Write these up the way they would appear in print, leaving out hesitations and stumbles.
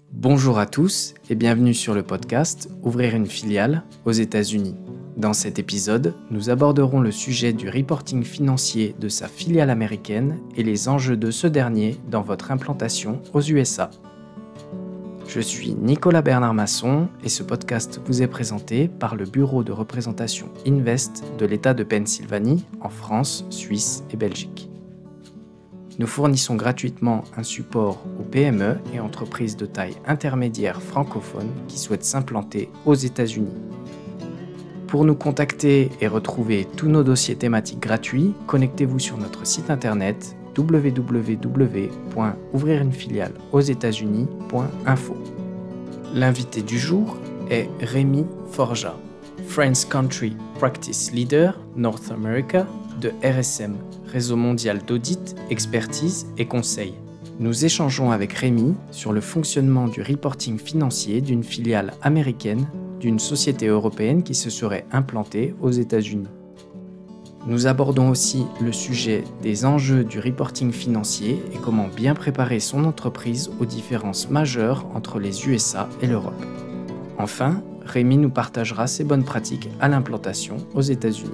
Bonjour à tous et bienvenue sur le podcast Ouvrir une filiale aux États-Unis. Dans cet épisode, nous aborderons le sujet du reporting financier de sa filiale américaine et les enjeux de ce dernier dans votre implantation aux USA. Je suis Nicolas Bernard-Masson et ce podcast vous est présenté par le bureau de représentation Invest de l'État de Pennsylvanie en France, Suisse et Belgique. Nous fournissons gratuitement un support aux PME et entreprises de taille intermédiaire francophones qui souhaitent s'implanter aux États-Unis. Pour nous contacter et retrouver tous nos dossiers thématiques gratuits, connectez-vous sur notre site internet www.ouvrirunefilialeauxétats-unis.info. L'invité du jour est Rémi Forja, Friends Country Practice Leader North America de RSM, Réseau mondial d'audit, expertise et conseil. Nous échangeons avec Rémi sur le fonctionnement du reporting financier d'une filiale américaine d'une société européenne qui se serait implantée aux États-Unis. Nous abordons aussi le sujet des enjeux du reporting financier et comment bien préparer son entreprise aux différences majeures entre les USA et l'Europe. Enfin, Rémi nous partagera ses bonnes pratiques à l'implantation aux États-Unis.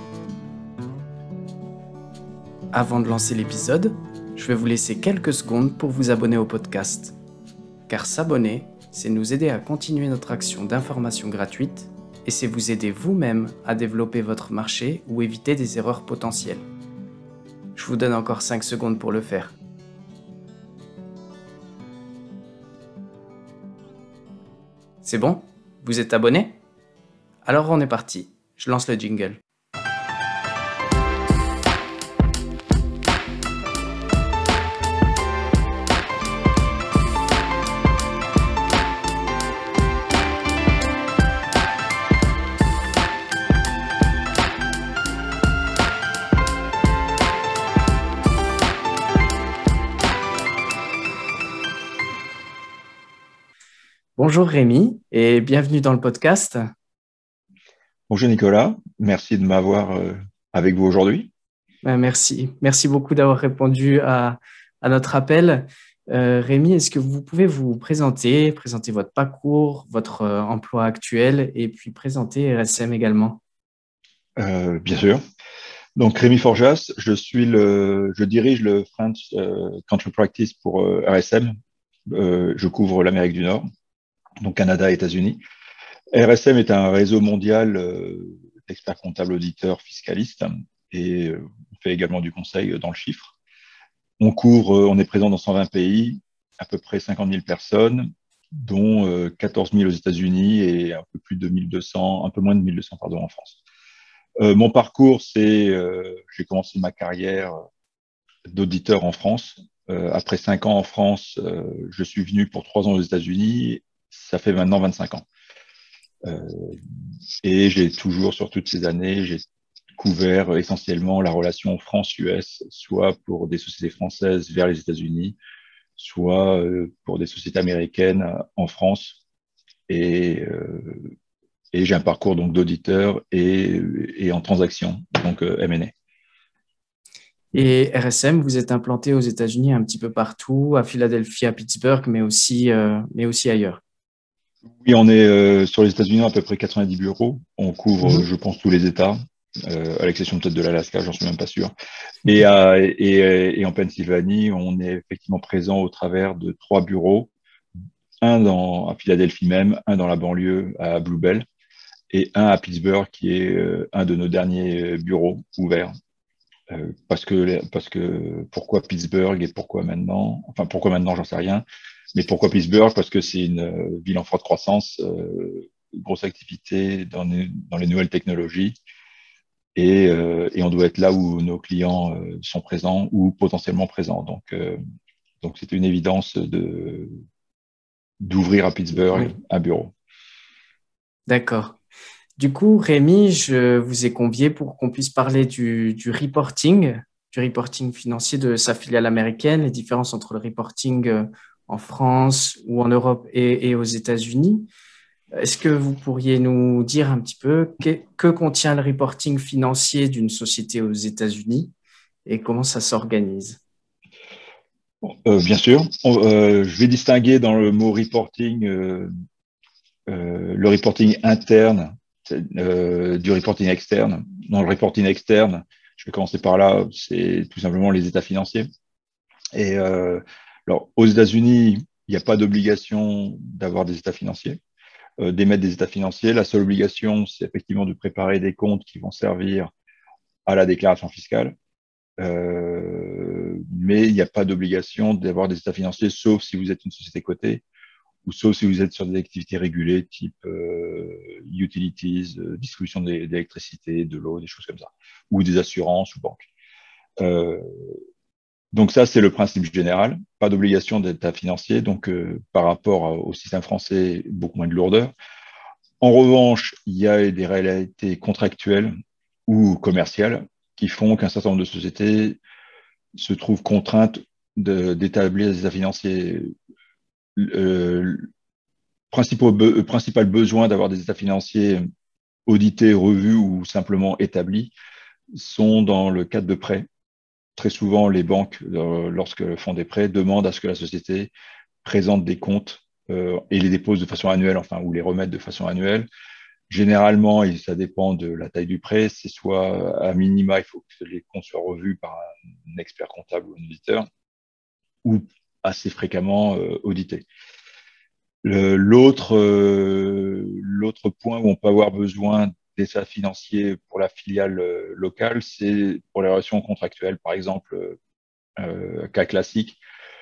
Avant de lancer l'épisode, je vais vous laisser quelques secondes pour vous abonner au podcast. Car s'abonner, c'est nous aider à continuer notre action d'information gratuite et c'est vous aider vous-même à développer votre marché ou éviter des erreurs potentielles. Je vous donne encore 5 secondes pour le faire. C'est bon ? Vous êtes abonné ? Alors on est parti, je lance le jingle. Bonjour Rémi et bienvenue dans le podcast. Bonjour Nicolas, merci de m'avoir avec vous aujourd'hui. Merci beaucoup d'avoir répondu à notre appel. Rémi, est-ce que vous pouvez vous présenter votre parcours, votre emploi actuel et puis présenter RSM également? Bien sûr. Donc Rémi Forjas, je dirige le French Country Practice pour RSM. Je couvre l'Amérique du Nord, donc Canada et États-Unis. RSM est un réseau mondial d'experts comptables, auditeurs, fiscalistes et on fait également du conseil dans le chiffre. On est présent dans 120 pays, à peu près 50 000 personnes, dont 14 000 aux États-Unis et un peu moins de 1200 en France. Mon parcours, j'ai commencé ma carrière d'auditeur en France. Après 5 ans en France, je suis venu pour 3 ans aux États-Unis. Ça fait maintenant 25 ans. Et sur toutes ces années, j'ai couvert essentiellement la relation France-US, soit pour des sociétés françaises vers les États-Unis, soit pour des sociétés américaines en France. Et j'ai un parcours donc d'auditeur et en transaction, donc M&A. Et RSM, vous êtes implanté aux États-Unis un petit peu partout, à Philadelphie, à Pittsburgh, mais aussi ailleurs. Oui, on est sur les États-Unis à peu près 90 bureaux. On couvre, je pense, tous les États, à l'exception peut-être de l'Alaska, j'en suis même pas sûr. Et en Pennsylvanie, on est effectivement présent au travers de 3 bureaux, à Philadelphie même, un dans la banlieue à Blue Bell et un à Pittsburgh qui est un de nos derniers bureaux ouverts. Parce que pourquoi Pittsburgh et pourquoi maintenant? Enfin, pourquoi maintenant, j'en sais rien. Mais pourquoi Pittsburgh? Parce que c'est une ville en forte croissance, grosse activité dans les nouvelles technologies. Et on doit être là où nos clients sont présents ou potentiellement présents. Donc c'était une évidence d'ouvrir à Pittsburgh un bureau. D'accord. Du coup, Rémi, je vous ai convié pour qu'on puisse parler du reporting financier de sa filiale américaine, les différences entre le reporting en France ou en Europe et aux États-Unis. Est-ce que vous pourriez nous dire un petit peu que contient le reporting financier d'une société aux États-Unis et comment ça s'organise? Bien sûr. Je vais distinguer dans le mot reporting le reporting interne du reporting externe. Dans le reporting externe, je vais commencer par là, c'est tout simplement les états financiers. Et alors, aux États-Unis, il n'y a pas d'obligation d'avoir des états financiers, d'émettre des états financiers. La seule obligation, c'est effectivement de préparer des comptes qui vont servir à la déclaration fiscale. Mais il n'y a pas d'obligation d'avoir des états financiers, sauf si vous êtes une société cotée ou sauf si vous êtes sur des activités régulées type utilities, distribution d'électricité, de l'eau, des choses comme ça, ou des assurances ou banques. Euh, donc ça, c'est le principe général. Pas d'obligation d'état financier, donc par rapport au système français, beaucoup moins de lourdeur. En revanche, il y a des réalités contractuelles ou commerciales qui font qu'un certain nombre de sociétés se trouvent contraintes d'établir des états financiers. Principal besoin d'avoir des états financiers audités, revus ou simplement établis sont dans le cadre de prêts. Très souvent, les banques, lorsqu'elles font des prêts, demandent à ce que la société présente des comptes et les dépose de façon annuelle, enfin, ou les remette de façon annuelle. Généralement, et ça dépend de la taille du prêt, c'est soit à minima, il faut que les comptes soient revus par un expert comptable ou un auditeur, ou assez fréquemment audités. L'autre point où on peut avoir besoin d'état financier pour la filiale locale, c'est pour les relations contractuelles. Par exemple, cas classique,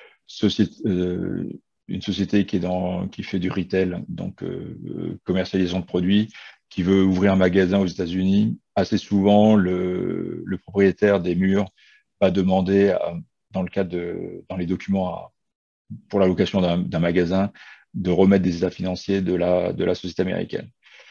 une société qui fait du retail, donc commercialisation de produits, qui veut ouvrir un magasin aux États-Unis. Assez souvent, le propriétaire des murs va demander, dans les documents pour la location d'un magasin, de remettre des états financiers de la société américaine.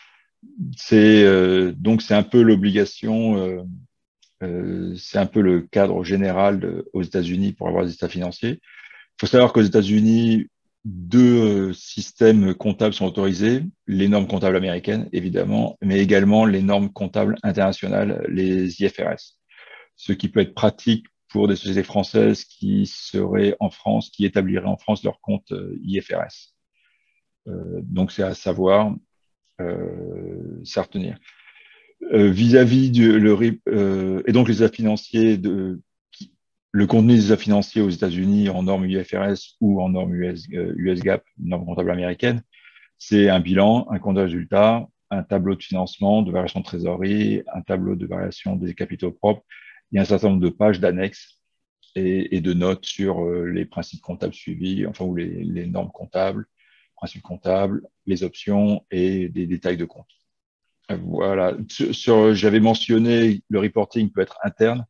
Donc c'est un peu l'obligation, c'est un peu le cadre général aux États-Unis pour avoir des états financiers. Il faut savoir qu'aux États-Unis, deux systèmes comptables sont autorisés, les normes comptables américaines, évidemment, mais également les normes comptables internationales, les IFRS. Ce qui peut être pratique pour des sociétés françaises qui seraient en France, qui établiraient en France leur compte IFRS. Donc c'est à savoir, c'est à retenir. Vis-à-vis et donc les états financiers le contenu des états financiers aux États-Unis en normes IFRS ou en normes US GAAP, normes comptables américaines, c'est un bilan, un compte de résultat, un tableau de financement, de variation de trésorerie, un tableau de variation des capitaux propres et un certain nombre de pages d'annexes et de notes sur les principes comptables suivis, enfin, ou les normes comptables, principes comptables, les options et des détails de compte. Voilà. J'avais mentionné le reporting peut être interne.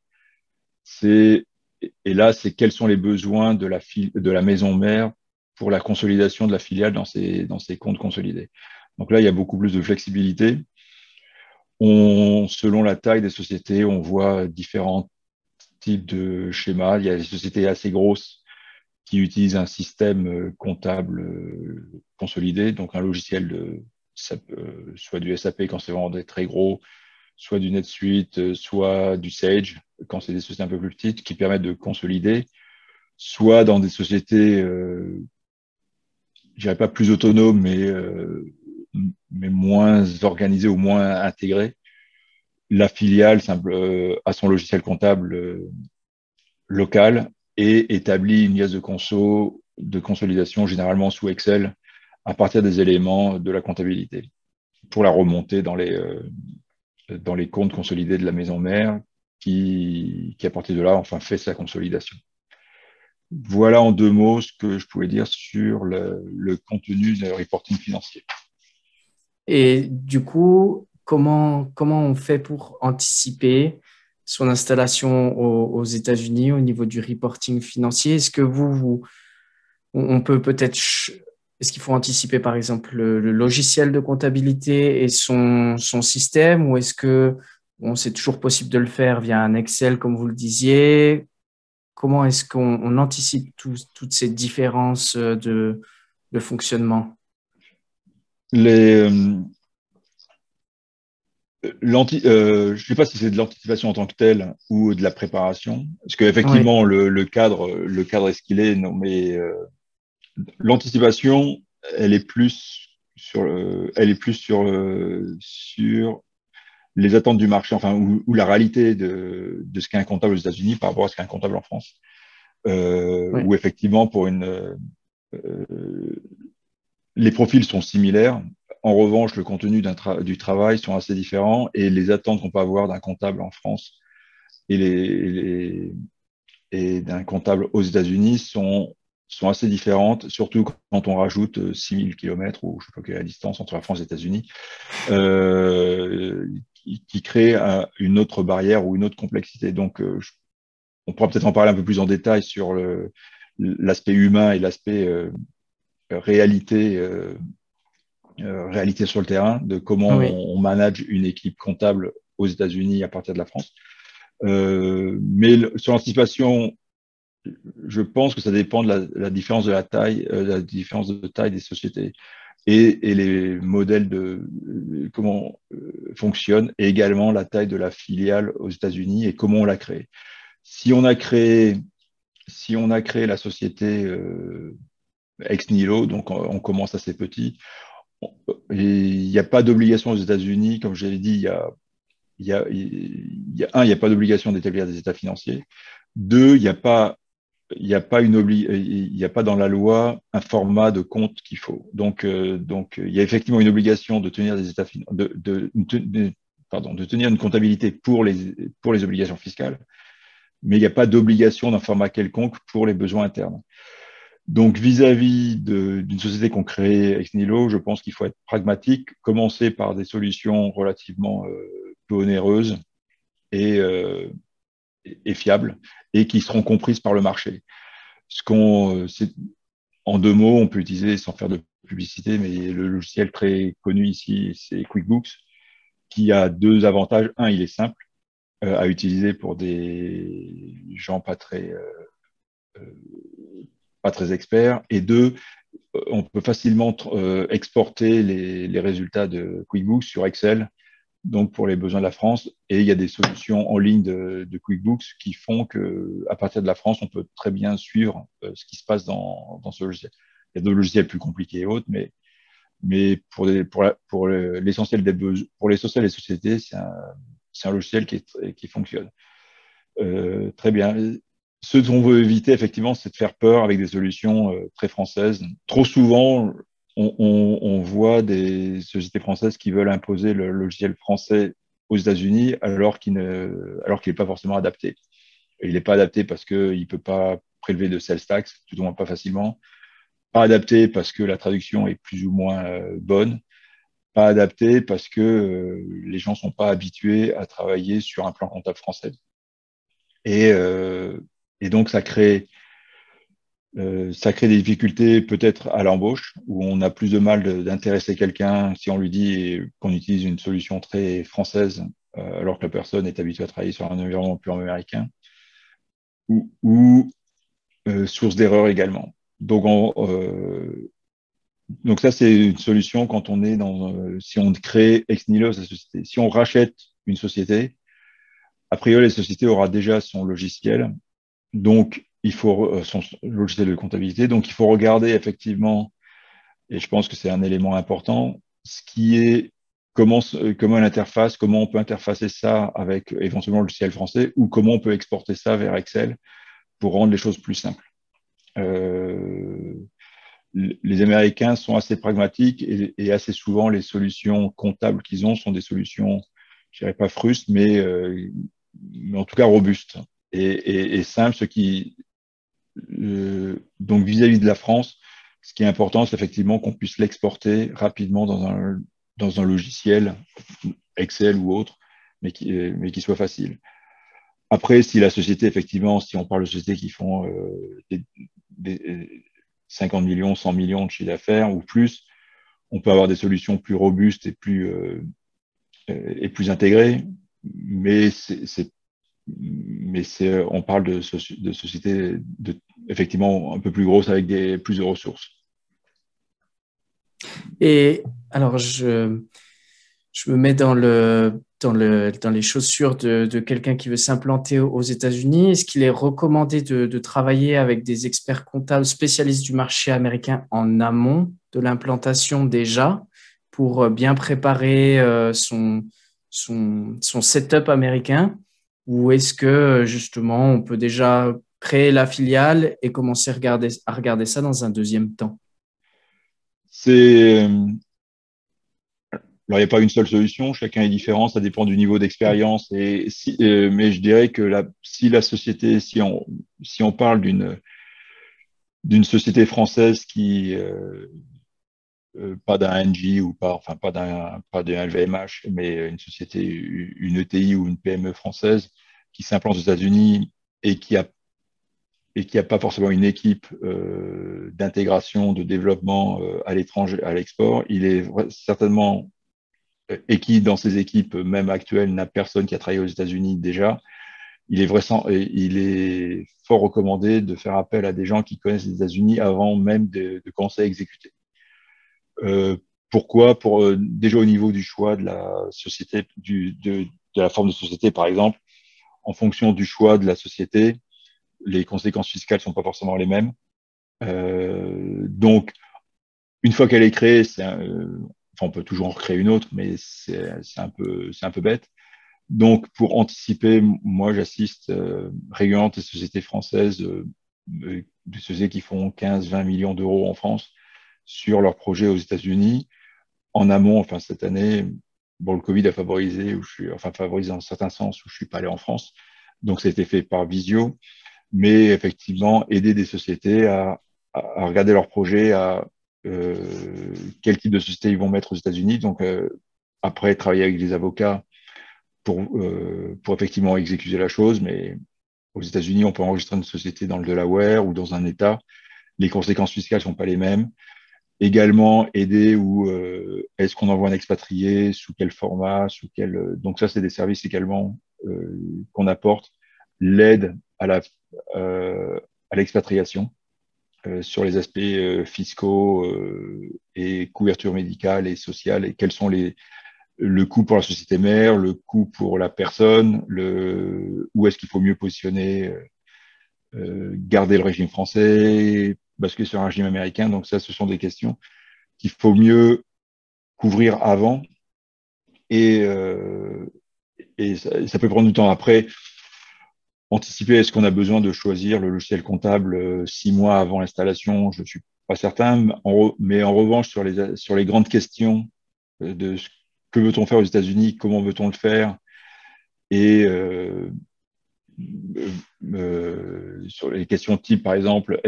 Et là, c'est quels sont les besoins de la maison mère pour la consolidation de la filiale dans ses comptes consolidés. Donc là, il y a beaucoup plus de flexibilité. Selon la taille des sociétés, on voit différents types de schémas. Il y a des sociétés assez grosses qui utilisent un système comptable consolidé, donc un logiciel soit du SAP quand c'est vraiment des très gros, soit du NetSuite, soit du Sage quand c'est des sociétés un peu plus petites qui permettent de consolider, soit dans des sociétés, je dirais pas plus autonomes, mais moins organisées ou moins intégrées. La filiale a son logiciel comptable local et établit une liasse de consolidation, généralement sous Excel, à partir des éléments de la comptabilité, pour la remonter dans les comptes consolidés de la maison mère, à partir de là, enfin, fait sa consolidation. Voilà en deux mots ce que je pouvais dire sur le contenu du reporting financier. Et du coup, comment on fait pour anticiper son installation aux États-Unis au niveau du reporting financier? Est-ce que on peut peut-être, est-ce qu'il faut anticiper par exemple le logiciel de comptabilité et son système, ou est-ce que c'est toujours possible de le faire via un Excel comme vous le disiez? Comment est-ce qu'on anticipe toutes ces différences de fonctionnement? Les, Je ne sais pas si c'est de l'anticipation en tant que telle ou de la préparation, parce Oui, qu'effectivement, le cadre est ce qu'il est, non, mais l'anticipation, elle est plus sur les attentes du marché, enfin, ou la réalité de ce qu'est un comptable aux États-Unis par rapport à ce qu'est un comptable en France. oui, Où effectivement, les profils sont similaires. En revanche, le contenu du travail sont assez différents et les attentes qu'on peut avoir d'un comptable en France et d'un comptable aux États-Unis sont assez différentes, surtout quand on rajoute 6000 km ou je ne sais pas quelle est la distance entre la France et les États-Unis, qui crée une autre barrière ou une autre complexité. Donc, on pourra peut-être en parler un peu plus en détail sur l'aspect humain et l'aspect réalité, réalité sur le terrain, de comment oui, on manage une équipe comptable aux États-Unis à partir de la France. Mais sur l'anticipation, je pense que ça dépend de la différence de la différence de taille des sociétés et les modèles de comment fonctionnent et également la taille de la filiale aux États-Unis et comment on l'a créée. Si on a créé, si on a créé la société ex nihilo, donc on commence assez petit, il n'y a pas d'obligation aux États-Unis, comme je l'ai dit, il n'y a pas d'obligation d'établir des états financiers. Deux, il n'y a pas dans la loi un format de compte qu'il faut. Donc, il y a effectivement une obligation de tenir des états pardon, de tenir une comptabilité pour les obligations fiscales, mais il n'y a pas d'obligation d'un format quelconque pour les besoins internes. Donc, vis-à-vis d'une société qu'on crée ex nihilo, je pense qu'il faut être pragmatique, commencer par des solutions relativement peu onéreuses et, euh, et fiables et qui seront comprises par le marché. En deux mots, on peut utiliser, sans faire de publicité, mais le logiciel très connu ici, c'est QuickBooks, qui a deux avantages. Un, il est simple à utiliser pour des gens pas très experts. Et deux, on peut facilement exporter les résultats de QuickBooks sur Excel, donc pour les besoins de la France. Et il y a des solutions en ligne de QuickBooks qui font qu'à partir de la France, on peut très bien suivre ce qui se passe dans ce logiciel. Il y a d'autres logiciels plus compliqués et autres, mais pour l'essentiel pour l'essentiel des sociétés, c'est un logiciel qui fonctionne. Très bien. Ce dont on veut éviter, effectivement, c'est de faire peur avec des solutions très françaises. Trop souvent, on voit des sociétés françaises qui veulent imposer le logiciel français aux États-Unis alors qu'il n'est pas forcément adapté. Et il n'est pas adapté parce qu'il ne peut pas prélever de sales tax, tout au moins pas facilement. Pas adapté parce que la traduction est plus ou moins bonne. Pas adapté parce que les gens ne sont pas habitués à travailler sur un plan comptable français. Et, euh, et donc, ça crée des difficultés peut-être à l'embauche, où on a plus de mal d'intéresser quelqu'un si on lui dit qu'on utilise une solution très française, alors que la personne est habituée à travailler sur un environnement plus américain, ou source d'erreur également. Donc ça, c'est une solution quand on est si on crée ex nihilo sa société. Si on rachète une société, a priori, la société aura déjà son logiciel. Donc, il faut son logiciel de comptabilité. Donc, il faut regarder effectivement, et je pense que c'est un élément important, ce qui est comment l'interface, comment on peut interfacer ça avec éventuellement le logiciel français ou comment on peut exporter ça vers Excel pour rendre les choses plus simples. Euh, les Américains sont assez pragmatiques et assez souvent les solutions comptables qu'ils ont sont des solutions, je dirais pas frustes, mais en tout cas robustes et simples, donc vis-à-vis de la France, ce qui est important, c'est effectivement qu'on puisse l'exporter rapidement dans un logiciel, Excel ou autre, mais qui soit facile. Après, si la société, effectivement, si on parle de sociétés qui font des 50 millions, 100 millions de chiffre d'affaires ou plus, on peut avoir des solutions plus robustes et plus intégrées, mais on parle de sociétés effectivement un peu plus grosses avec plus de ressources. Et alors, je me mets dans dans les chaussures de quelqu'un qui veut s'implanter aux États-Unis, est-ce qu'il est recommandé de travailler avec des experts comptables spécialistes du marché américain en amont de l'implantation déjà pour bien préparer son setup américain? Ou est-ce que justement on peut déjà créer la filiale et commencer à regarder ça dans un deuxième temps? C'est Alors, il n'y a pas une seule solution, chacun est différent, ça dépend du niveau d'expérience. Mais je dirais que si la société, si on parle d'une société française qui, pas d'un NG ou pas, enfin pas d'un LVMH, mais une société, une ETI ou une PME française qui s'implante aux États-Unis et qui a pas forcément une équipe d'intégration, de développement à l'étranger, à l'export, il est certainement et qui, dans ses équipes, même actuelles, n'a personne qui a travaillé aux États-Unis déjà, il est fort recommandé de faire appel à des gens qui connaissent les États-Unis avant même de commencer à exécuter. Euh, Pourquoi? Déjà au niveau du choix de la société, de la forme de société, par exemple, en fonction du choix de la société, les conséquences fiscales ne sont pas forcément les mêmes. Donc, une fois qu'elle est créée, enfin, on peut toujours en recréer une autre, mais c'est un peu bête. Donc, pour anticiper, moi, j'assiste régulièrement à des sociétés françaises, des sociétés qui font 15-20 millions d'euros en France sur leurs projets aux États-Unis. En amont, enfin, cette année, bon, le Covid a favorisé, enfin, favorisé dans certains sens où je suis pas allé en France. Donc, ça a été fait par visio. Mais effectivement, aider des sociétés à regarder leurs projets, quel type de société ils vont mettre aux États-Unis. Donc, après, travailler avec des avocats pour effectivement exécuter la chose, mais aux États-Unis, on peut enregistrer une société dans le Delaware ou dans un État. Les conséquences fiscales ne sont pas les mêmes. Également, aider ou est-ce qu'on envoie un expatrié, sous quel format, donc ça, c'est des services également qu'on apporte. L'aide à l'expatriation sur les aspects fiscaux et couverture médicale et sociale et quels sont le coût pour la société mère, le coût pour la personne, où est-ce qu'il faut mieux positionner, garder le régime français, basculer sur un régime américain. Donc ça, ce sont des questions qu'il faut mieux couvrir avant et, euh, et ça peut prendre du temps. Après, anticiper, est-ce qu'on a besoin de choisir le logiciel comptable 6 mois avant l'installation? Je ne suis pas certain, mais en revanche, sur les grandes questions de que veut-on faire aux États-Unis, comment veut-on le faire, et sur les questions type, par exemple,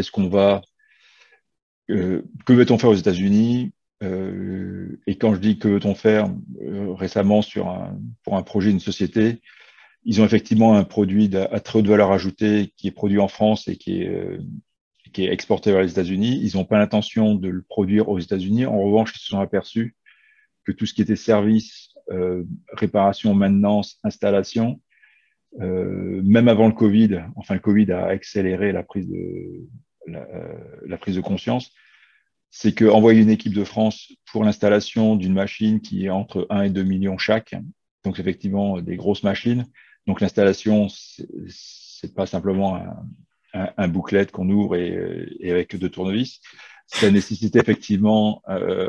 que veut-on faire aux États-Unis? Et quand je dis que veut-on faire, récemment pour un projet, une société, ils ont effectivement un produit à très haute valeur ajoutée qui est produit en France et qui est exporté vers les États-Unis. Ils n'ont pas l'intention de le produire aux États-Unis. En revanche, ils se sont aperçus que tout ce qui était service, réparation, maintenance, installation, même avant le Covid, enfin le Covid a accéléré la prise de conscience, c'est qu'envoyer une équipe de France pour l'installation d'une machine qui est entre 1 et 2 millions chaque, donc effectivement des grosses machines, donc l'installation, c'est pas simplement un bouclette qu'on ouvre et avec 2 tournevis, ça nécessitait effectivement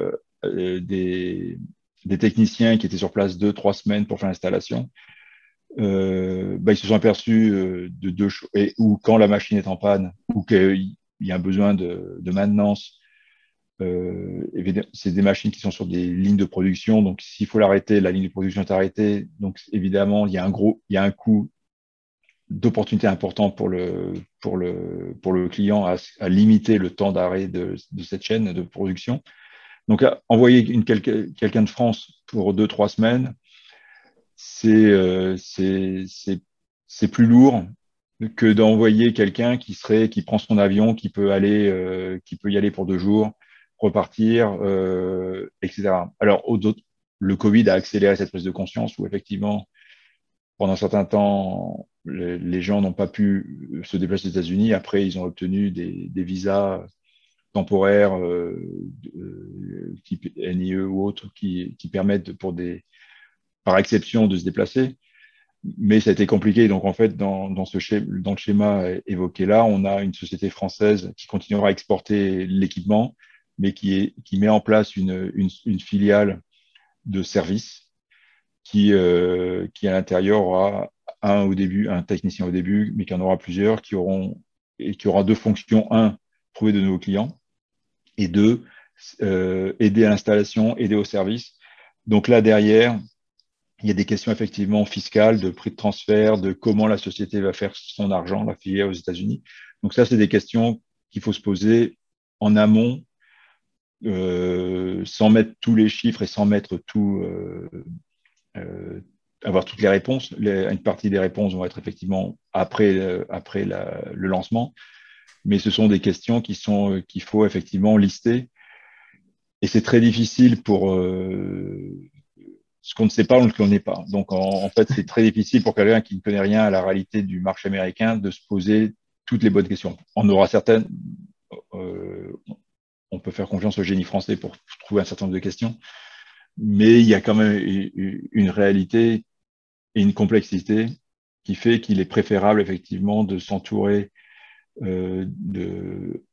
des techniciens qui étaient sur place 2-3 semaines pour faire l'installation. Ils se sont aperçus de deux choses, ou quand la machine est en panne, ou qu'il y a un besoin de maintenance. C'est des machines qui sont sur des lignes de production, donc s'il faut l'arrêter, la ligne de production est arrêtée. Donc évidemment, il y a un coût d'opportunité important pour le client à limiter le temps d'arrêt de cette chaîne de production. Donc envoyer quelqu'un de France pour 2-3 semaines, c'est plus lourd que d'envoyer quelqu'un qui prend son avion, qui peut y aller pour 2 jours, repartir, etc. Alors, le Covid a accéléré cette prise de conscience où effectivement, pendant un certain temps, les gens n'ont pas pu se déplacer aux États-Unis. Après, ils ont obtenu des visas temporaires type NIE ou autres qui permettent par exception de se déplacer. Mais ça a été compliqué. Donc, en fait, dans le schéma évoqué là, on a une société française qui continuera à exporter l'équipement, mais qui met en place une filiale de service qui à l'intérieur aura un technicien au début, mais qui en aura plusieurs, qui aura deux fonctions. Un, trouver de nouveaux clients, et deux, aider à l'installation, aider au service. Donc là, derrière, il y a des questions effectivement fiscales, de prix de transfert, de comment la société va faire son argent, la filiale aux États-Unis. Donc ça, c'est des questions qu'il faut se poser en amont, sans mettre tous les chiffres et sans mettre euh, avoir toutes les réponses. Une partie des réponses vont être effectivement après le lancement, mais ce sont des questions qu'il faut effectivement lister. Et c'est très difficile pour ce qu'on ne sait pas, on ne le connaît pas. Donc, en fait, c'est très difficile pour quelqu'un qui ne connaît rien à la réalité du marché américain de se poser toutes les bonnes questions. On aura certaines, euh, on peut faire confiance au génie français pour trouver un certain nombre de questions, mais il y a quand même une réalité et une complexité qui fait qu'il est préférable effectivement de s'entourer de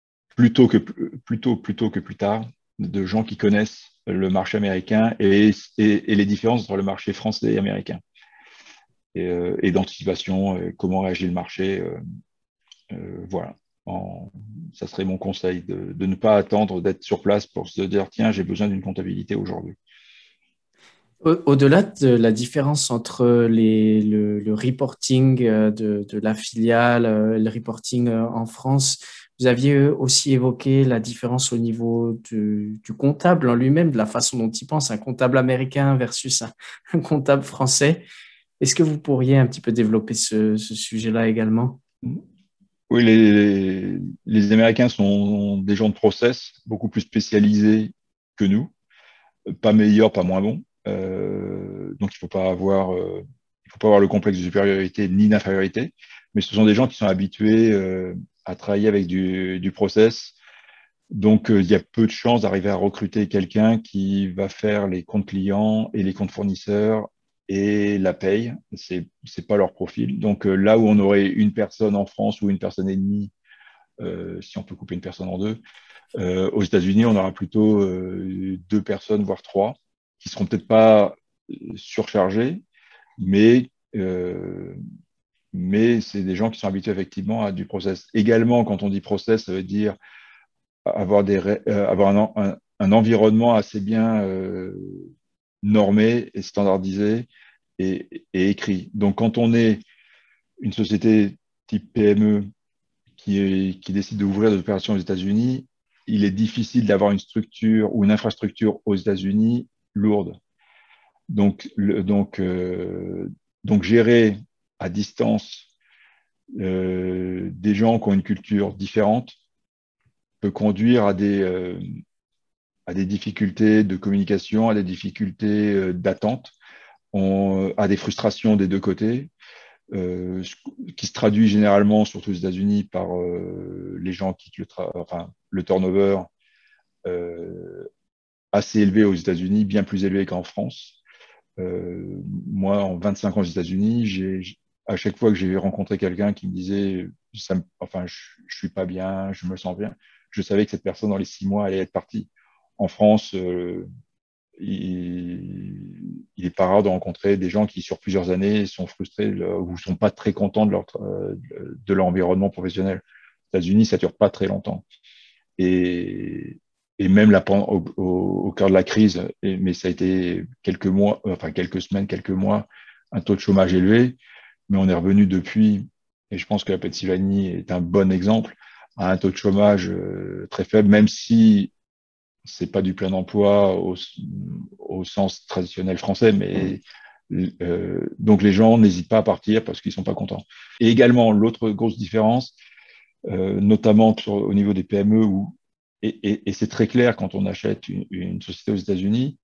plutôt que plus tard de gens qui connaissent le marché américain et les différences entre le marché français et américain et d'anticipation, comment réagit le marché. Voilà. Ça serait mon conseil de ne pas attendre d'être sur place pour se dire tiens, j'ai besoin d'une comptabilité aujourd'hui. Au-delà de la différence entre le reporting de la filiale, le reporting en France, vous aviez aussi évoqué la différence au niveau du comptable en lui-même, de la façon dont il pense, un comptable américain versus un comptable français. Est-ce que vous pourriez un petit peu développer ce sujet-là également? Oui, les Américains sont des gens de process, beaucoup plus spécialisés que nous, pas meilleurs, pas moins bons. Donc il faut pas avoir le complexe de supériorité ni d'infériorité, mais ce sont des gens qui sont habitués à travailler avec du process. Donc il y a peu de chances d'arriver à recruter quelqu'un qui va faire les comptes clients et les comptes fournisseurs et la paye. C'est pas leur profil. Donc là où on aurait une personne en France ou une personne et demie, si on peut couper une personne en deux, aux États-Unis, on aura plutôt deux personnes, voire trois, qui seront peut-être pas surchargés, mais, euh, mais c'est des gens qui sont habitués effectivement à du process. Également, quand on dit process, ça veut dire avoir un environnement assez bien normé et standardisé et écrit. Donc, quand on est une société type PME qui décide d'ouvrir des opérations aux États-Unis, il est difficile d'avoir une structure ou une infrastructure aux États-Unis lourde. Donc, donc gérer à distance des gens qui ont une culture différente peut conduire à des difficultés de communication, à des difficultés d'attente, à des frustrations des deux côtés, qui se traduit généralement, surtout aux États-Unis, par les gens quittent enfin, le turnover euh, assez élevé aux États-Unis, bien plus élevé qu'en France. Moi, en 25 ans aux États-Unis, à chaque fois que j'ai rencontré quelqu'un qui me disait, enfin, je suis pas bien, je me sens bien, je savais que cette personne, dans les 6 mois, allait être partie. En France, il est pas rare de rencontrer des gens qui, sur plusieurs années, sont frustrés ou sont pas très contents de leur environnement professionnel. Aux États-Unis, ça dure pas très longtemps. Et, et même là, au cœur de la crise, mais ça a été quelques mois, enfin quelques semaines, quelques mois, un taux de chômage élevé, mais on est revenu depuis, et je pense que la Pennsylvanie est un bon exemple, à un taux de chômage très faible, même si c'est pas du plein emploi au sens traditionnel français, mais donc les gens n'hésitent pas à partir parce qu'ils sont pas contents. Et également, l'autre grosse différence, notamment au niveau des PME, et c'est très clair quand on achète une société aux États-Unis,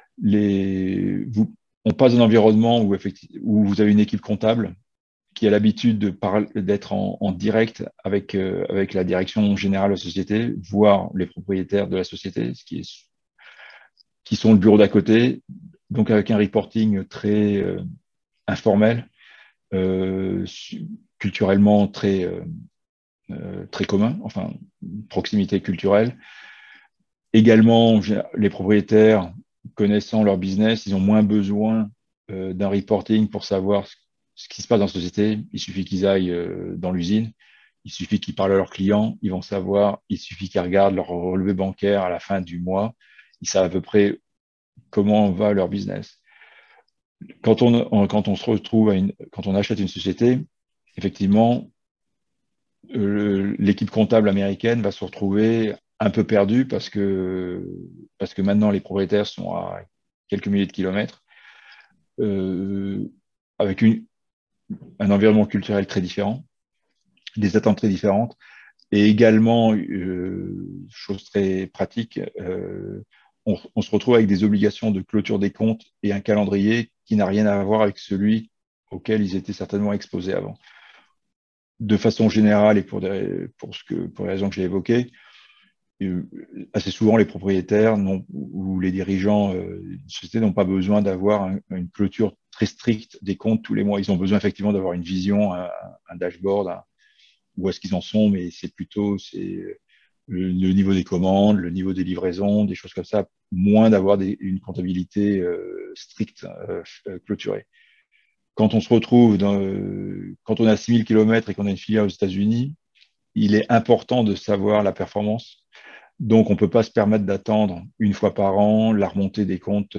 on passe d'un environnement où vous avez une équipe comptable qui a l'habitude d'être en direct avec la direction générale de la société, voire les propriétaires de la société, qui sont le bureau d'à côté. donc avec un reporting très informel, culturellement très commun, enfin, proximité culturelle. Également, les propriétaires, connaissant leur business, ils ont moins besoin d'un reporting pour savoir ce qui se passe dans la société. Il suffit qu'ils aillent dans l'usine, il suffit qu'ils parlent à leurs clients, ils vont savoir, il suffit qu'ils regardent leur relevé bancaire à la fin du mois, ils savent à peu près comment va leur business. Quand on se retrouve quand on achète une société, effectivement, l'équipe comptable américaine va se retrouver un peu perdue parce que maintenant les propriétaires sont à quelques milliers de kilomètres, euh, avec un environnement culturel très différent, des attentes très différentes, et également, chose très pratique, on se retrouve avec des obligations de clôture des comptes et un calendrier qui n'a rien à voir avec celui auquel ils étaient certainement exposés avant. De façon générale et pour les raisons que j'ai évoquées, assez souvent les propriétaires ou les dirigeants d'une société n'ont pas besoin d'avoir une clôture très stricte des comptes tous les mois. Ils ont besoin effectivement d'avoir une vision, un dashboard, où est-ce qu'ils en sont, mais c'est le niveau des commandes, le niveau des livraisons, des choses comme ça, moins d'avoir une comptabilité stricte, clôturée. Quand on se retrouve quand on a 6000 km et qu'on a une filiale aux États-Unis, il est important de savoir la performance. Donc, on ne peut pas se permettre d'attendre une fois par an la remontée des comptes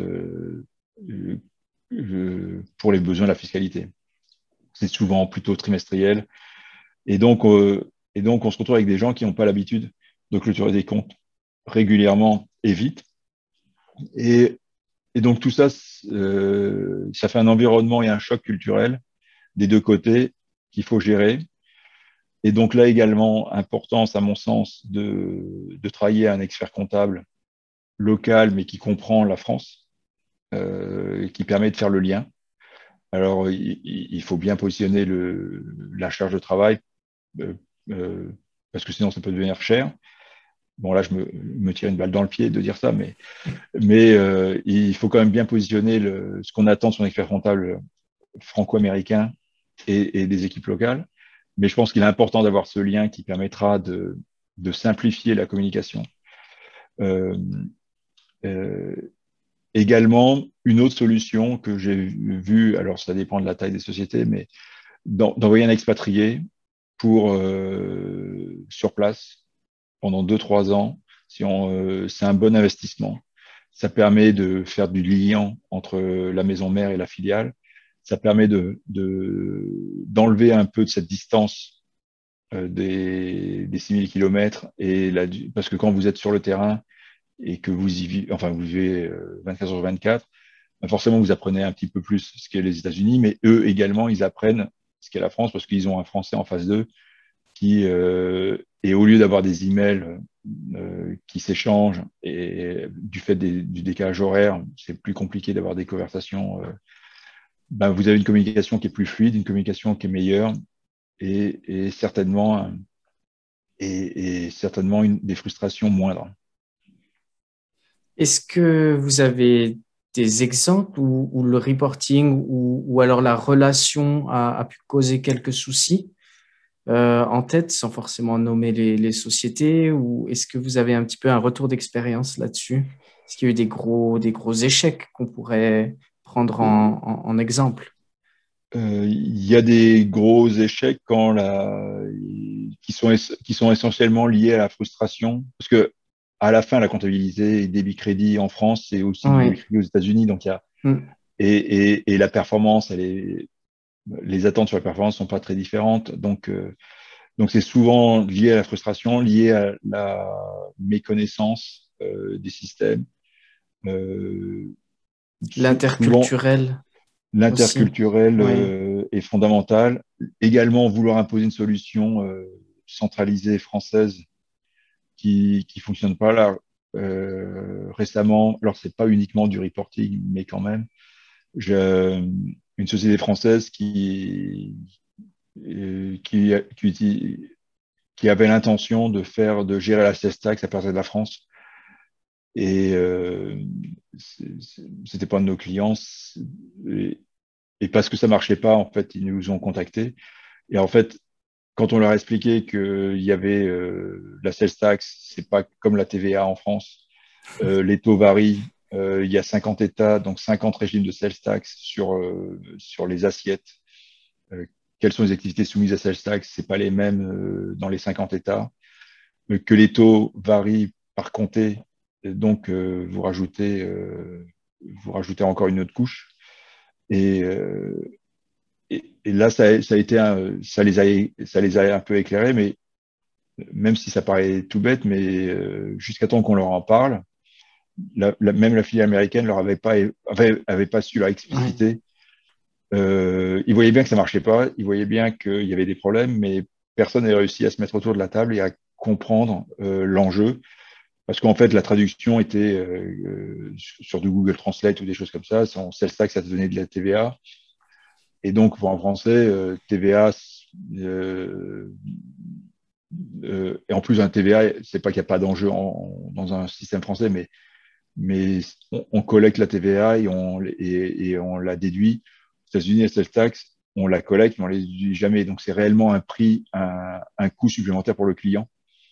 pour les besoins de la fiscalité. C'est souvent plutôt trimestriel. Et donc, on se retrouve avec des gens qui n'ont pas l'habitude de clôturer des comptes régulièrement et vite. Et donc, tout ça, ça fait un environnement et un choc culturel des deux côtés qu'il faut gérer. Et donc là également, importance, à mon sens, de travailler à un expert comptable local, mais qui comprend la France, qui permet de faire le lien. Alors, il faut bien positionner la charge de travail, euh, euh, parce que sinon, ça peut devenir cher. Bon, là, je me tire une balle dans le pied de dire ça, mais il faut quand même bien positionner ce qu'on attend de son expert comptable franco-américain et des équipes locales. Mais je pense qu'il est important d'avoir ce lien qui permettra de simplifier la communication. Euh, euh, Également, une autre solution que j'ai vue, alors ça dépend de la taille des sociétés, mais d'envoyer un expatrié sur place pendant 2-3 ans, c'est un bon investissement. Ça permet de faire du lien entre la maison mère et la filiale. Ça permet d'enlever un peu de cette distance des 6000 km parce que quand vous êtes sur le terrain et que vous vous vivez 24 sur 24, ben forcément vous apprenez un petit peu plus ce qu'est les États-Unis, mais eux également ils apprennent ce qu'est la France parce qu'ils ont un Français en face d'eux et au lieu d'avoir des emails qui s'échangent et du fait du décalage horaire, c'est plus compliqué d'avoir des conversations. Ben vous avez une communication qui est plus fluide, une communication qui est meilleure et certainement des frustrations moindres. Est-ce que vous avez des exemples où le reporting ou alors la relation a pu causer quelques soucis en tête, sans forcément nommer les sociétés, ou est-ce que vous avez un petit peu un retour d'expérience là-dessus? Est-ce qu'il y a eu des gros échecs qu'on pourrait prendre en exemple? Il y a des gros échecs qui sont essentiellement liés à la frustration, parce que à la fin, la comptabilité et débit crédit en France, c'est aussi du débit Oui. crédit aux États-Unis, donc Mm. et la performance, les attentes sur la performance sont pas très différentes, donc c'est souvent lié à la frustration, lié à la méconnaissance des systèmes. Euh, Souvent, L'interculturel aussi. l'interculturel Oui. est fondamental. Également, vouloir imposer une solution centralisée française qui fonctionne pas là. Récemment, alors c'est pas uniquement du reporting, mais quand même, j'ai une société française euh, qui, qui, qui avait l'intention de gérer la cesse tax à partir de la France. Et c'était pas un de nos clients. Et parce que ça marchait pas, en fait, ils nous ont contactés. Et en fait, quand on leur a expliqué qu'il y avait la sales tax, c'est pas comme la TVA en France. Les taux varient. Il y a 50 États, donc 50 régimes de sales tax sur les assiettes. Euh, quelles sont les activités soumises à sales tax? C'est pas les mêmes dans les 50 États. Que les taux varient par comté, donc vous rajoutez encore une autre couche. Et, et là, ça a été ça les a un peu éclairés, mais même si ça paraît tout bête, mais jusqu'à temps qu'on leur en parle, même la filiale américaine leur avait pas su leur Oui. expliciter. Ils voyaient bien que ça marchait pas, ils voyaient bien qu'il y avait des problèmes, mais personne n'a réussi à se mettre autour de la table et à comprendre l'enjeu. Parce qu'en fait, la traduction était sur du Google Translate ou des choses comme ça. Son sales tax, ça te donnait de la TVA. Et donc, pour en français, TVA, et en plus, un TVA, c'est pas qu'il n'y a pas d'enjeu dans un système français, mais on collecte la TVA et on la déduit. Aux États-Unis, la sales tax, on la collecte, mais on ne la déduit jamais. Donc, c'est réellement un prix, un coût supplémentaire pour le client.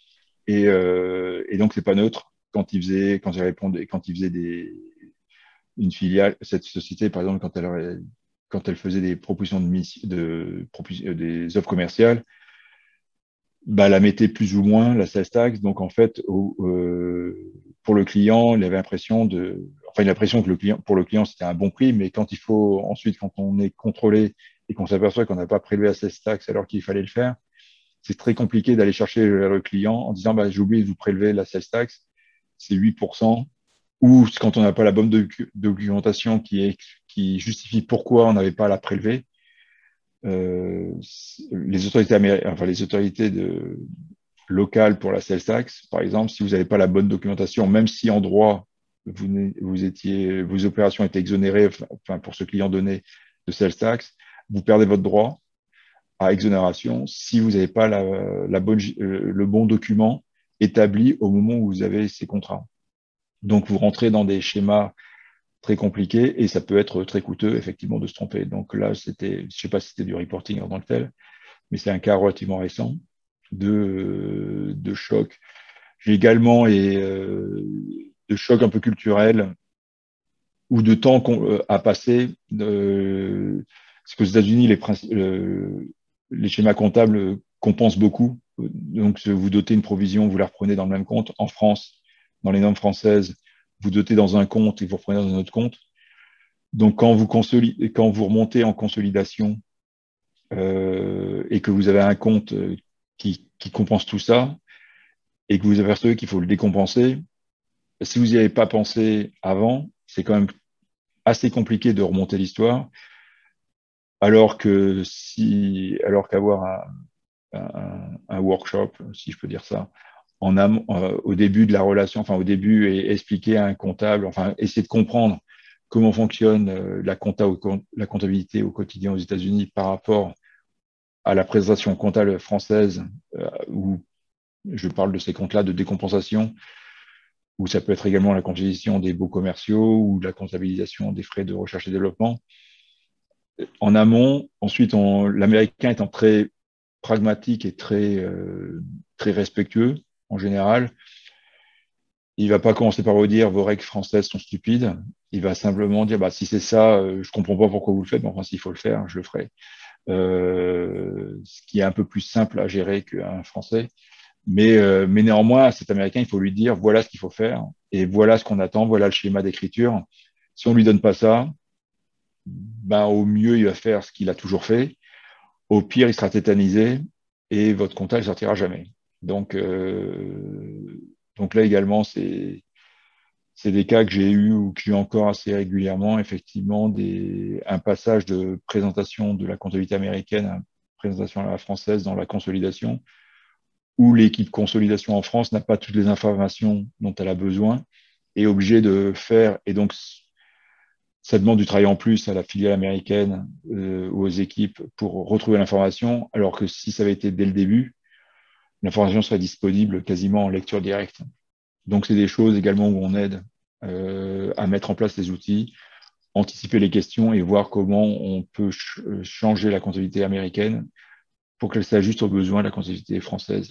Et donc, c'est pas neutre quand il faisait une filiale, cette société, par exemple, quand elle faisait des propositions des offres commerciales, bah, la mettait plus ou moins, la sales tax. Donc, en fait, pour le client, il avait l'impression que pour le client, c'était un bon prix, mais quand on est contrôlé et qu'on s'aperçoit qu'on n'a pas prélevé la sales tax alors qu'il fallait le faire, c'est très compliqué d'aller chercher le client en disant, bah, j'ai oublié de vous prélever la sales tax, c'est 8%, ou quand on n'a pas la bonne documentation qui justifie pourquoi on n'avait pas à la prélever, les autorités locales pour la sales tax, par exemple, si vous n'avez pas la bonne documentation, même si en droit, vos opérations étaient exonérées, enfin, pour ce client donné de sales tax, vous perdez votre droit à exonération si vous n'avez pas le bon document établi au moment où vous avez ces contrats. Donc, vous rentrez dans des schémas très compliqués et ça peut être très coûteux, effectivement, de se tromper. Donc là, je ne sais pas si c'était du reporting en tant que tel, mais c'est un cas relativement récent de choc. J'ai également de choc un peu culturel ou de temps à passer. Parce qu'aux États-Unis, les schémas comptables compensent beaucoup. Donc, vous dotez une provision, vous la reprenez dans le même compte. En France, dans les normes françaises, vous dotez dans un compte et vous reprenez dans un autre compte. Donc, quand vous remontez en consolidation et que vous avez un compte qui compense tout ça et que vous apercevez qu'il faut le décompenser, si vous n'y avez pas pensé avant, c'est quand même assez compliqué de remonter l'histoire, alors qu'avoir un workshop, si je peux dire ça, au début de la relation, enfin au début, et expliquer à un comptable, enfin essayer de comprendre comment fonctionne la comptabilité au quotidien aux États-Unis par rapport à la présentation comptable française, où je parle de ces comptes-là de décompensation, où ça peut être également la comptabilisation des baux commerciaux ou la comptabilisation des frais de recherche et développement. En amont, ensuite, l'Américain étant très pragmatique et très respectueux en général, il va pas commencer par vous dire vos règles françaises sont stupides. Il va simplement dire bah, si c'est ça, je comprends pas pourquoi vous le faites, mais enfin s'il faut le faire, je le ferai. Ce qui est un peu plus simple à gérer qu'un Français. Mais néanmoins, à cet Américain, il faut lui dire voilà ce qu'il faut faire et voilà ce qu'on attend, voilà le schéma d'écriture. Si on lui donne pas ça, ben, au mieux, il va faire ce qu'il a toujours fait. Au pire, il sera tétanisé et votre comptable ne sortira jamais. Donc là également, c'est des cas que j'ai eu ou que j'ai encore assez régulièrement, effectivement, un passage de présentation de la comptabilité américaine à présentation à la française dans la consolidation, où l'équipe consolidation en France n'a pas toutes les informations dont elle a besoin et est obligée de faire, et donc ça demande du travail en plus à la filiale américaine ou aux équipes pour retrouver l'information, alors que si ça avait été dès le début, l'information serait disponible quasiment en lecture directe. Donc, c'est des choses également où on aide à mettre en place les outils, anticiper les questions et voir comment on peut changer la comptabilité américaine pour qu'elle s'ajuste aux besoins de la comptabilité française.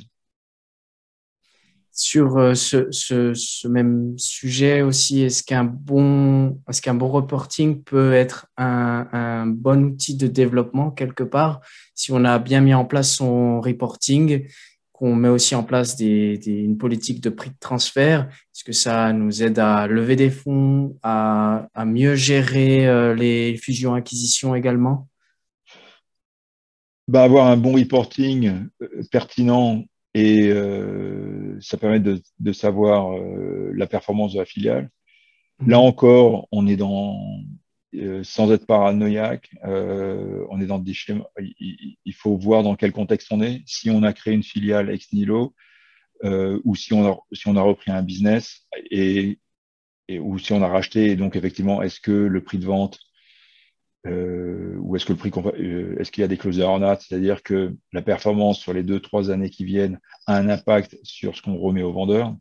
Sur ce même sujet aussi, est-ce qu'un bon reporting peut être un bon outil de développement quelque part si on a bien mis en place son reporting, qu'on met aussi en place une politique de prix de transfert? Est-ce que ça nous aide à lever des fonds, à mieux gérer les fusions-acquisitions également? Bah, avoir un bon reporting pertinent et ça permet de savoir la performance de la filiale. Là Mhm. encore, on est sans être paranoïaque, on est dans des schémas. Il faut voir dans quel contexte on est. Si on a créé une filiale ex nihilo ou si on a repris un business ou si on a racheté, et donc effectivement, est-ce que le prix de vente ou est-ce que est-ce qu'il y a des clauses de earn-out, c'est-à-dire que la performance sur les 2-3 années qui viennent a un impact sur ce qu'on remet au vendeur.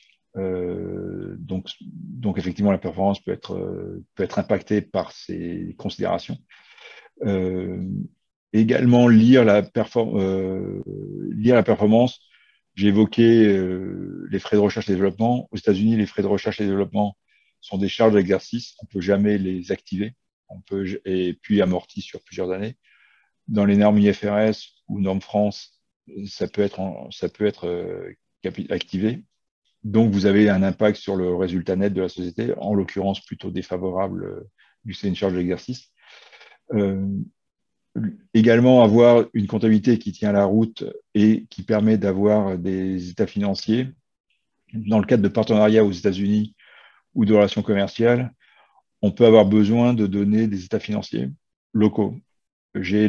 Donc effectivement, la performance peut être impactée par ces considérations. Euh, Également, lire la performance. J'ai évoqué les frais de recherche et développement. Aux États-Unis, les frais de recherche et développement sont des charges d'exercice. On ne peut jamais les activer. Et puis amortis sur plusieurs années. Dans les normes IFRS ou normes France, ça peut être activé. Donc, vous avez un impact sur le résultat net de la société, en l'occurrence plutôt défavorable, vu que c'est une charge d'exercice. Euh, Également, avoir une comptabilité qui tient la route et qui permet d'avoir des états financiers. Dans le cadre de partenariats aux États-Unis ou de relations commerciales, on peut avoir besoin de donner des états financiers locaux. J'ai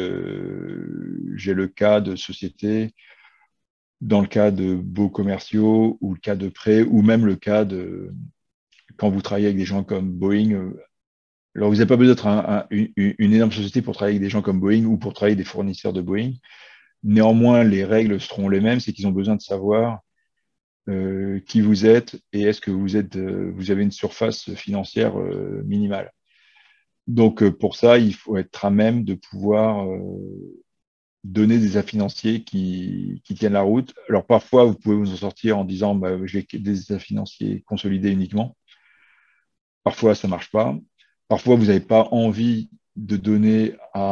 le cas de sociétés dans le cas de baux commerciaux ou le cas de prêts ou même le cas de quand vous travaillez avec des gens comme Boeing. Alors, vous n'avez pas besoin d'être une énorme société pour travailler avec des gens comme Boeing ou pour travailler avec des fournisseurs de Boeing. Néanmoins, les règles seront les mêmes, c'est qu'ils ont besoin de savoir qui vous êtes et est-ce que vous avez une surface financière minimale. Donc, pour ça, il faut être à même de pouvoir donner des états financiers qui tiennent la route. Alors, parfois, vous pouvez vous en sortir en disant bah, j'ai des états financiers consolidés uniquement. Parfois, ça ne marche pas. Parfois, vous n'avez pas envie de donner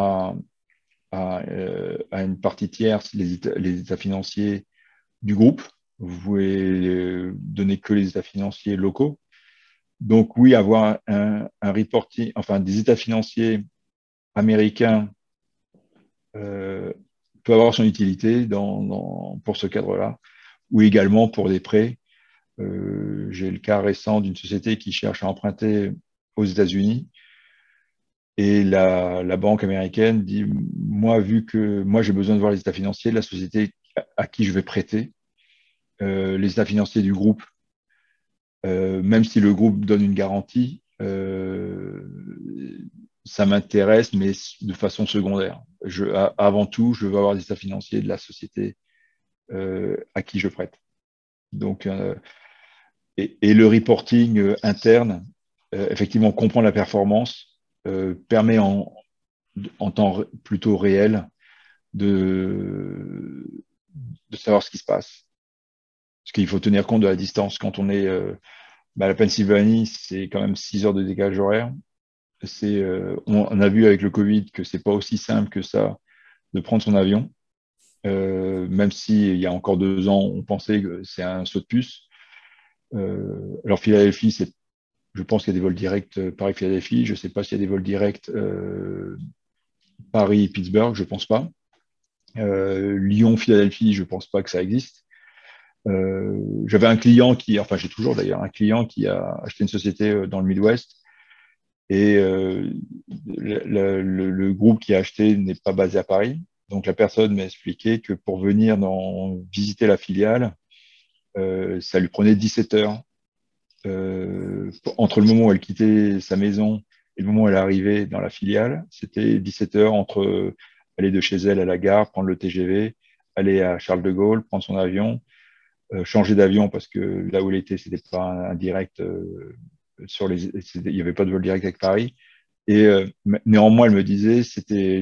à une partie tierce les états financiers du groupe. Vous pouvez donner que les états financiers locaux. Donc oui, avoir un reporting, enfin des états financiers américains euh, peut avoir son utilité pour ce cadre-là, ou également pour des prêts. J'ai le cas récent d'une société qui cherche à emprunter aux États-Unis et la banque américaine dit, moi, vu que moi j'ai besoin de voir les états financiers de la société à qui je vais prêter, les états financiers du groupe, même si le groupe donne une garantie, ça m'intéresse, mais de façon secondaire. Avant tout, je veux avoir des états financiers de la société à qui je prête. Donc, et le reporting interne, effectivement, comprend la performance, permet en temps plutôt réel de, de savoir ce qui se passe. Parce qu'il faut tenir compte de la distance. Quand on est la Pennsylvanie, c'est quand même 6 heures de décalage horaire. On a vu avec le Covid que c'est pas aussi simple que ça de prendre son avion. Même si il y a encore 2 ans, on pensait que c'est un saut de puce. Alors Philadelphie, je pense qu'il y a des vols directs Paris-Philadelphie. Je ne sais pas s'il y a des vols directs Paris-Pittsburgh, je ne pense pas. Lyon-Philadelphie, je ne pense pas que ça existe. J'avais un client enfin j'ai toujours d'ailleurs un client qui a acheté une société dans le Midwest et le groupe qui a acheté n'est pas basé à Paris. Donc la personne m'a expliqué que pour venir visiter la filiale, ça lui prenait 17 heures entre le moment où elle quittait sa maison et le moment où elle arrivait dans la filiale. C'était 17 heures entre aller de chez elle à la gare, prendre le TGV, aller à Charles de Gaulle, prendre son avion, changer d'avion parce que là où il était, c'était pas un direct il n'y avait pas de vol direct avec Paris. Et néanmoins, elle me disait, c'était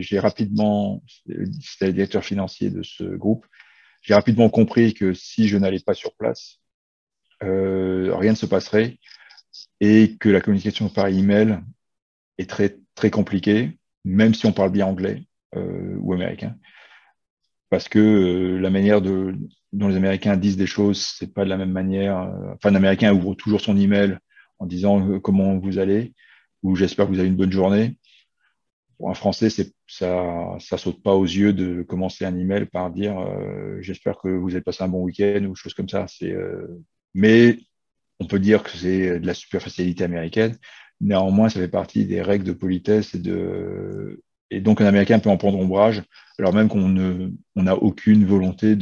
le directeur financier de ce groupe, j'ai rapidement compris que si je n'allais pas sur place, rien ne se passerait et que la communication par email est très, très compliquée, même si on parle bien anglais ou américain. Parce que la manière dont les Américains disent des choses, c'est pas de la même manière. Enfin, un Américain ouvre toujours son email en disant comment vous allez ou j'espère que vous avez une bonne journée. Pour un Français, ça saute pas aux yeux de commencer un email par dire j'espère que vous avez passé un bon week-end ou chose comme ça. Mais on peut dire que c'est de la superficialité américaine. Néanmoins, ça fait partie des règles de politesse et donc un Américain peut en prendre ombrage, alors même qu'on n'a aucune volonté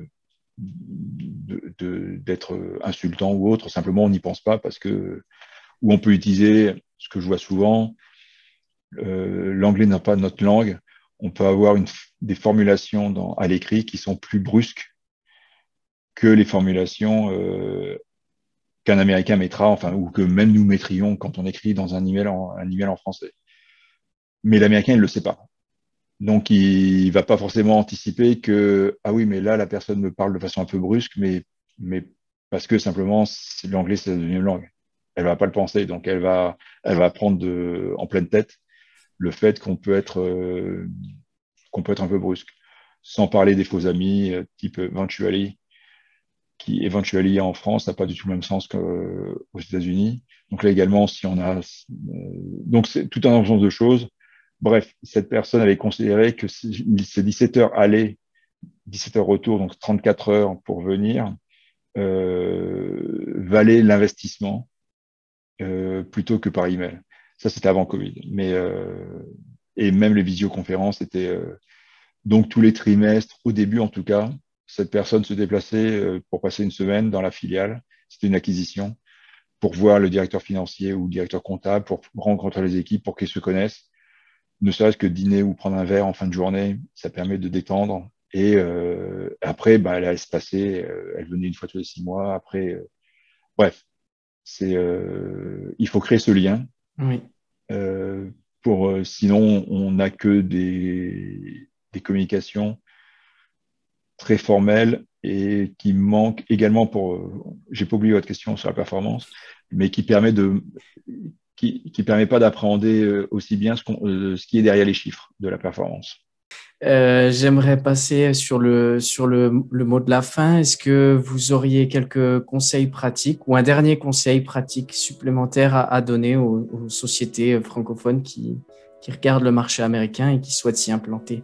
d'être insultant ou autre. Simplement, on n'y pense pas ou on peut utiliser ce que je vois souvent. L'anglais n'a pas notre langue. On peut avoir des formulations à l'écrit qui sont plus brusques que les formulations qu'un Américain mettra, enfin, ou que même nous mettrions quand on écrit dans un email en français. Mais l'Américain, il ne le sait pas. Donc, il ne va pas forcément anticiper que, ah oui, mais là, la personne me parle de façon un peu brusque, mais parce que simplement, l'anglais, c'est la deuxième langue. Elle ne va pas le penser. Donc, elle va prendre en pleine tête le fait qu'on peut être un peu brusque. Sans parler des faux amis, type eventually, qui eventually en France n'a pas du tout le même sens qu'aux États-Unis. Donc là également, si on a donc c'est tout un ensemble de choses. Bref, cette personne avait considéré que ces 17 heures aller, 17 heures retour, donc 34 heures pour venir, valait l'investissement plutôt que par email. Ça, c'était avant Covid. Et même les visioconférences étaient donc tous les trimestres, au début en tout cas, cette personne se déplaçait pour passer une semaine dans la filiale. C'était une acquisition pour voir le directeur financier ou le directeur comptable, pour rencontrer les équipes, pour qu'ils se connaissent. Ne serait-ce que dîner ou prendre un verre en fin de journée, ça permet de détendre. Et après, elle allait se passer. Elle venait une fois tous les 6 mois. Après, bref, il faut créer ce lien. Oui. Sinon, on n'a que des communications très formelles et qui manquent également j'ai pas oublié votre question sur la performance, mais qui permet pas d'appréhender aussi bien ce qui est derrière les chiffres de la performance. J'aimerais passer sur le mot de la fin. Est-ce que vous auriez quelques conseils pratiques ou un dernier conseil pratique supplémentaire à donner aux sociétés francophones qui regardent le marché américain et qui souhaitent s'y implanter?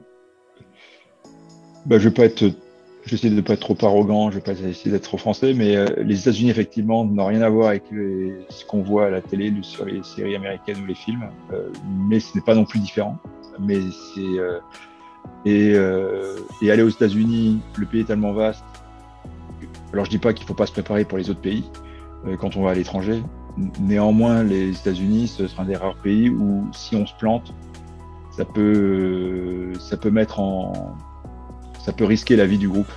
J'essaie de ne pas être trop arrogant, je ne vais pas essayer d'être trop français, mais les États-Unis, effectivement, n'ont rien à voir avec ce qu'on voit à la télé sur les séries américaines ou les films, mais ce n'est pas non plus différent. Mais et aller aux États-Unis, le pays est tellement vaste. Alors, je dis pas qu'il ne faut pas se préparer pour les autres pays quand on va à l'étranger. Néanmoins, les États-Unis, ce sera un des rares pays où, si on se plante, ça peut risquer la vie du groupe.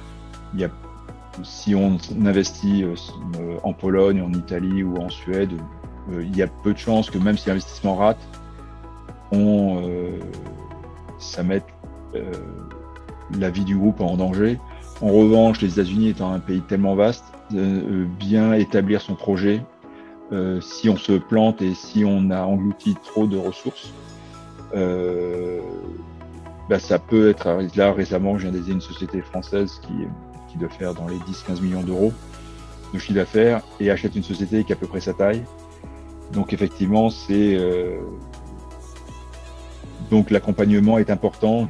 Si on investit en Pologne, en Italie ou en Suède, il y a peu de chances que même si l'investissement rate, ça mette la vie du groupe en danger. En revanche, les États-Unis étant un pays tellement vaste, bien établir son projet, si on se plante et si on a englouti trop de ressources, ça peut être. Là, récemment, je viens d'aider une société française qui doit faire dans les 10-15 millions d'euros de chiffre d'affaires et achète une société qui a à peu près sa taille. Donc, effectivement, donc l'accompagnement est important.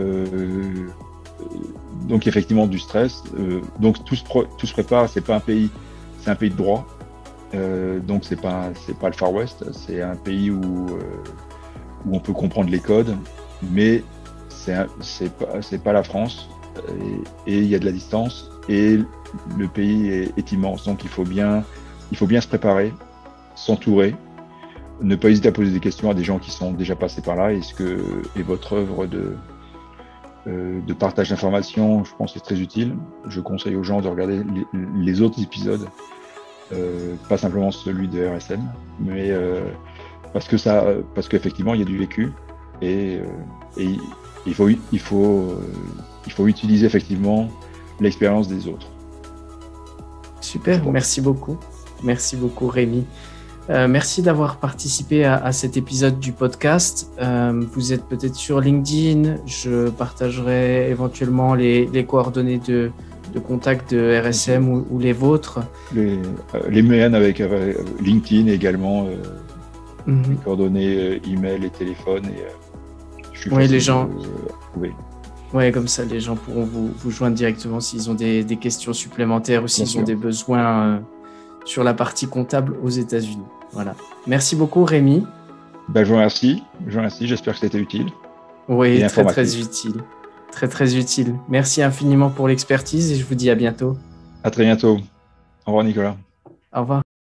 Donc, effectivement, du stress. Donc, tout se prépare. C'est pas un pays, c'est un pays de droit. Donc, c'est pas le Far West. C'est un pays où on peut comprendre les codes, mais c'est pas la France et il y a de la distance et le pays est immense, donc il faut bien se préparer, s'entourer, ne pas hésiter à poser des questions à des gens qui sont déjà passés par là. Est votre œuvre de partage d'informations, je pense que c'est très utile. Je conseille aux gens de regarder les autres épisodes, pas simplement celui de RSM, mais parce qu'effectivement il y a du vécu et il faut utiliser effectivement l'expérience des autres. Super, merci beaucoup. Merci beaucoup Rémi. Merci d'avoir participé à cet épisode du podcast. Vous êtes peut-être sur LinkedIn. Je partagerai éventuellement les coordonnées de contact de RSM ou les vôtres. Les miennes avec LinkedIn également, les coordonnées email et téléphone. Je suis facile les gens. à trouver. Ouais, comme ça, les gens pourront vous joindre directement s'ils ont des questions supplémentaires ou s'ils ont des besoins sur la partie comptable aux États-Unis. Voilà. Merci beaucoup, Rémi. Je vous remercie. J'espère que c'était utile. Oui, très utile. Très utile. Merci infiniment pour l'expertise et je vous dis à bientôt. À très bientôt. Au revoir, Nicolas. Au revoir.